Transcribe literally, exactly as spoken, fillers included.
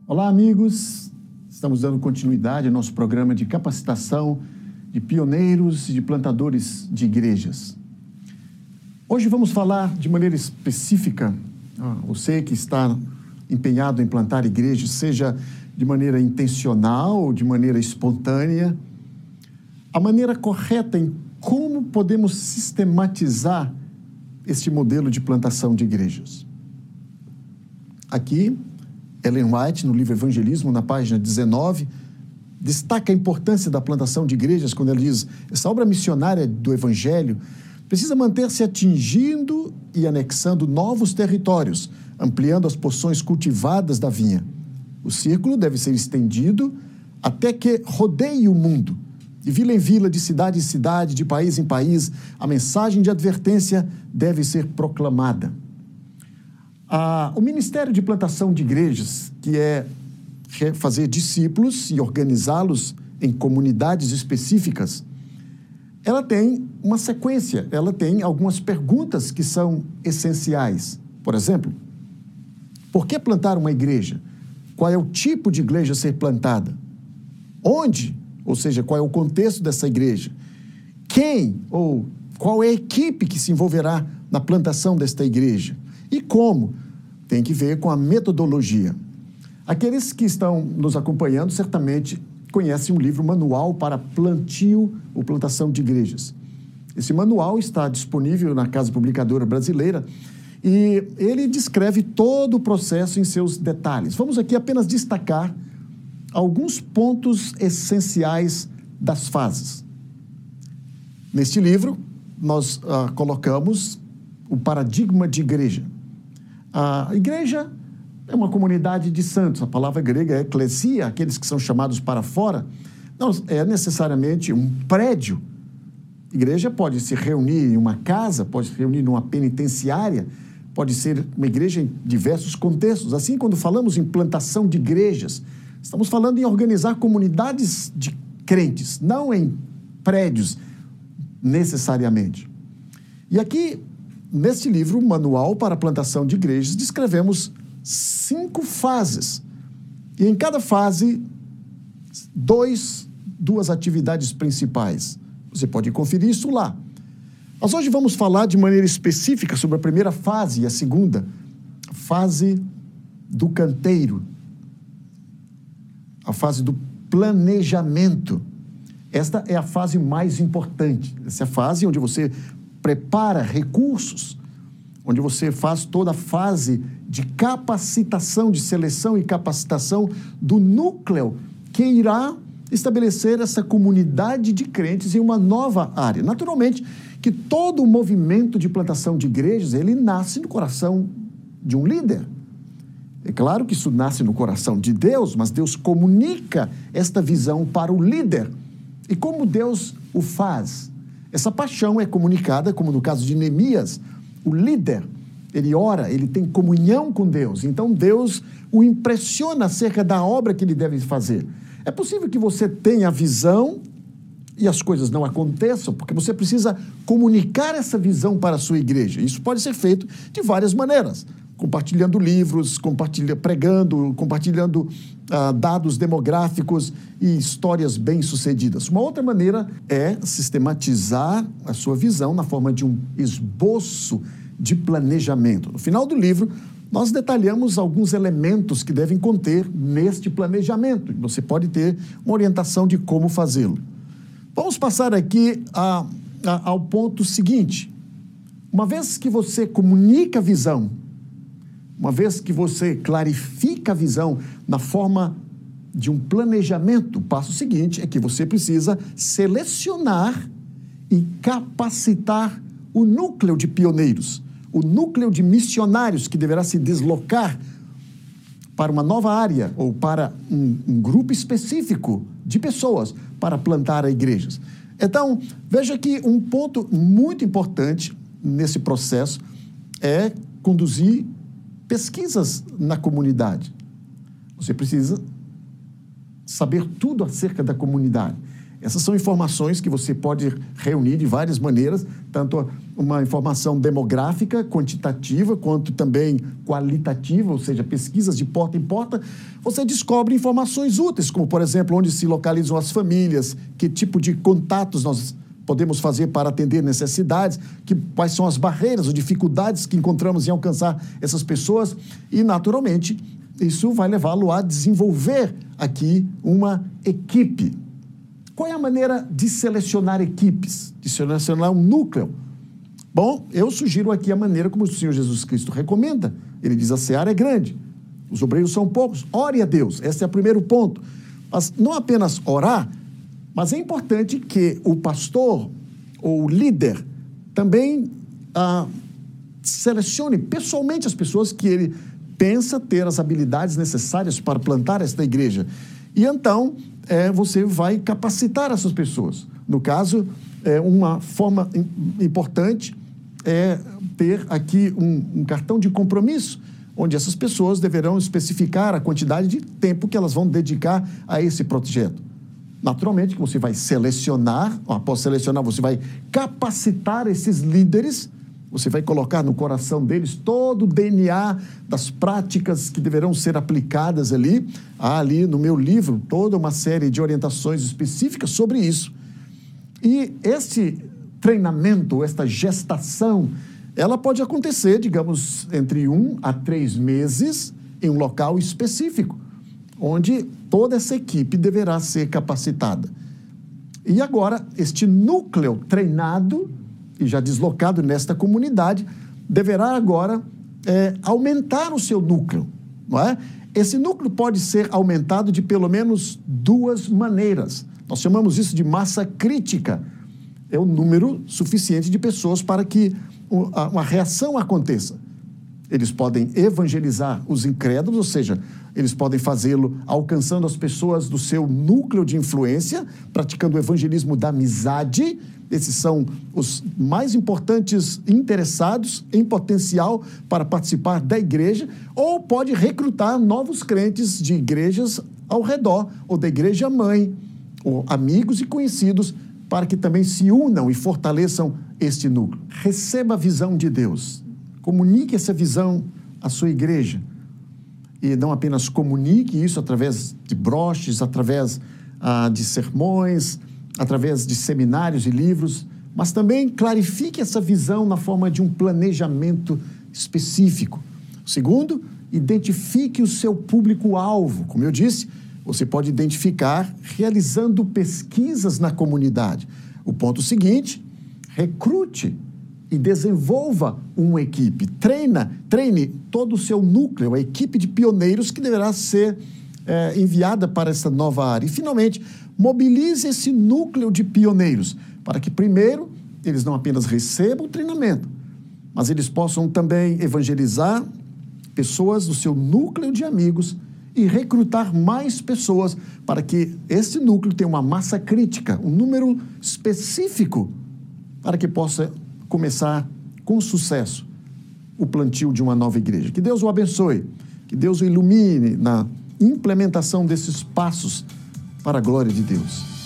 Olá, amigos. Estamos dando continuidade ao nosso programa de capacitação de pioneiros e de plantadores de igrejas. Hoje vamos falar de maneira específica, você que está empenhado em plantar igrejas, seja de maneira intencional ou de maneira espontânea, a maneira correta em como podemos sistematizar este modelo de plantação de igrejas. Aqui, Ellen White, no livro Evangelismo, na página dezenove, destaca a importância da plantação de igrejas quando ela diz: essa obra missionária do Evangelho precisa manter-se atingindo e anexando novos territórios, ampliando as porções cultivadas da vinha. O círculo deve ser estendido até que rodeie o mundo. De vila em vila, de cidade em cidade, de país em país, a mensagem de advertência deve ser proclamada. Ah, o Ministério de Plantação de Igrejas, que é fazer discípulos e organizá-los em comunidades específicas, ela tem uma sequência, ela tem algumas perguntas que são essenciais. Por exemplo, por que plantar uma igreja? Qual é o tipo de igreja a ser plantada? Onde? Ou seja, qual é o contexto dessa igreja? Quem ou qual é a equipe que se envolverá na plantação desta igreja? E como? Tem que ver com a metodologia. Aqueles que estão nos acompanhando certamente conhecem um livro Manual para Plantio ou Plantação de Igrejas. Esse manual está disponível na Casa Publicadora Brasileira e ele descreve todo o processo em seus detalhes. Vamos aqui apenas destacar alguns pontos essenciais das fases. Neste livro, nós ah, colocamos o paradigma de igreja. A igreja é uma comunidade de santos. A palavra grega é eclesia, aqueles que são chamados para fora. Não é necessariamente um prédio. Igreja pode se reunir em uma casa, pode se reunir numa penitenciária, pode ser uma igreja em diversos contextos. Assim, quando falamos em plantação de igrejas, estamos falando em organizar comunidades de crentes, não em prédios necessariamente. E aqui, neste livro, Manual para a Plantação de Igrejas, descrevemos cinco fases. E em cada fase, dois, duas atividades principais. Você pode conferir isso lá. Mas hoje vamos falar de maneira específica sobre a primeira fase e a segunda, fase do canteiro. A fase do planejamento. Esta é a fase mais importante. Essa é a fase onde você prepara recursos, onde você faz toda a fase de capacitação, de seleção e capacitação do núcleo que irá estabelecer essa comunidade de crentes em uma nova área. Naturalmente que todo o movimento de plantação de igrejas, ele nasce no coração de um líder. É claro que isso nasce no coração de Deus, mas Deus comunica esta visão para o líder. E como Deus o faz? Essa paixão é comunicada, como no caso de Neemias, o líder, ele ora, ele tem comunhão com Deus. Então Deus o impressiona acerca da obra que ele deve fazer. É possível que você tenha a visão e as coisas não aconteçam, porque você precisa comunicar essa visão para a sua igreja. Isso pode ser feito de várias maneiras. Compartilhando livros, compartilha, pregando, compartilhando ah, dados demográficos e histórias bem-sucedidas. Uma outra maneira é sistematizar a sua visão na forma de um esboço de planejamento. No final do livro, nós detalhamos alguns elementos que devem conter neste planejamento. Você pode ter uma orientação de como fazê-lo. Vamos passar aqui a, a, ao ponto seguinte. Uma vez que você comunica a visão, uma vez que você clarifica a visão na forma de um planejamento, o passo seguinte é que você precisa selecionar e capacitar o núcleo de pioneiros, o núcleo de missionários que deverá se deslocar para uma nova área ou para um, um grupo específico de pessoas para plantar igrejas. Então, veja que um ponto muito importante nesse processo é conduzir pesquisas na comunidade. Você precisa saber tudo acerca da comunidade. Essas são informações que você pode reunir de várias maneiras, tanto uma informação demográfica, quantitativa, quanto também qualitativa, ou seja, pesquisas de porta em porta. Você descobre informações úteis, como, por exemplo, onde se localizam as famílias, que tipo de contatos nós podemos fazer para atender necessidades, que, quais são as barreiras, as dificuldades que encontramos em alcançar essas pessoas e, naturalmente, isso vai levá-lo a desenvolver aqui uma equipe. Qual é a maneira de selecionar equipes, de selecionar um núcleo? Bom, eu sugiro aqui a maneira como o Senhor Jesus Cristo recomenda. Ele diz, a seara é grande, os obreiros são poucos, ore a Deus. Esse é o primeiro ponto. Mas não apenas orar, mas é importante que o pastor ou o líder também ah, selecione pessoalmente as pessoas que ele pensa ter as habilidades necessárias para plantar esta igreja. E então, é, você vai capacitar essas pessoas. No caso, é, uma forma importante é ter aqui um, um cartão de compromisso, onde essas pessoas deverão especificar a quantidade de tempo que elas vão dedicar a esse projeto. Naturalmente, que você vai selecionar, após selecionar, você vai capacitar esses líderes, você vai colocar no coração deles todo o D N A das práticas que deverão ser aplicadas ali. Há ali no meu livro toda uma série de orientações específicas sobre isso. E esse treinamento, esta gestação, ela pode acontecer, digamos, entre um a três meses em um local específico, onde toda essa equipe deverá ser capacitada. E agora, este núcleo treinado e já deslocado nesta comunidade, deverá agora é, aumentar o seu núcleo, não é? Esse núcleo pode ser aumentado de pelo menos duas maneiras. Nós chamamos isso de massa crítica. É o número suficiente de pessoas para que uma reação aconteça. Eles podem evangelizar os incrédulos, ou seja, eles podem fazê-lo alcançando as pessoas do seu núcleo de influência, praticando o evangelismo da amizade. Esses são os mais importantes interessados em potencial para participar da igreja, ou pode recrutar novos crentes de igrejas ao redor, ou da igreja mãe, ou amigos e conhecidos, para que também se unam e fortaleçam este núcleo. Receba a visão de Deus. Comunique essa visão à sua igreja. E não apenas comunique isso através de broches, através ah, de sermões, através de seminários e livros, mas também clarifique essa visão na forma de um planejamento específico. Segundo, identifique o seu público-alvo. Como eu disse, você pode identificar realizando pesquisas na comunidade. O ponto seguinte, recrute e desenvolva uma equipe. Treina, treine todo o seu núcleo, a equipe de pioneiros que deverá ser é, enviada para essa nova área. E, finalmente, mobilize esse núcleo de pioneiros para que, primeiro, eles não apenas recebam o treinamento, mas eles possam também evangelizar pessoas do seu núcleo de amigos e recrutar mais pessoas para que esse núcleo tenha uma massa crítica, um número específico para que possa começar com sucesso o plantio de uma nova igreja. Que Deus o abençoe, que Deus o ilumine na implementação desses passos para a glória de Deus.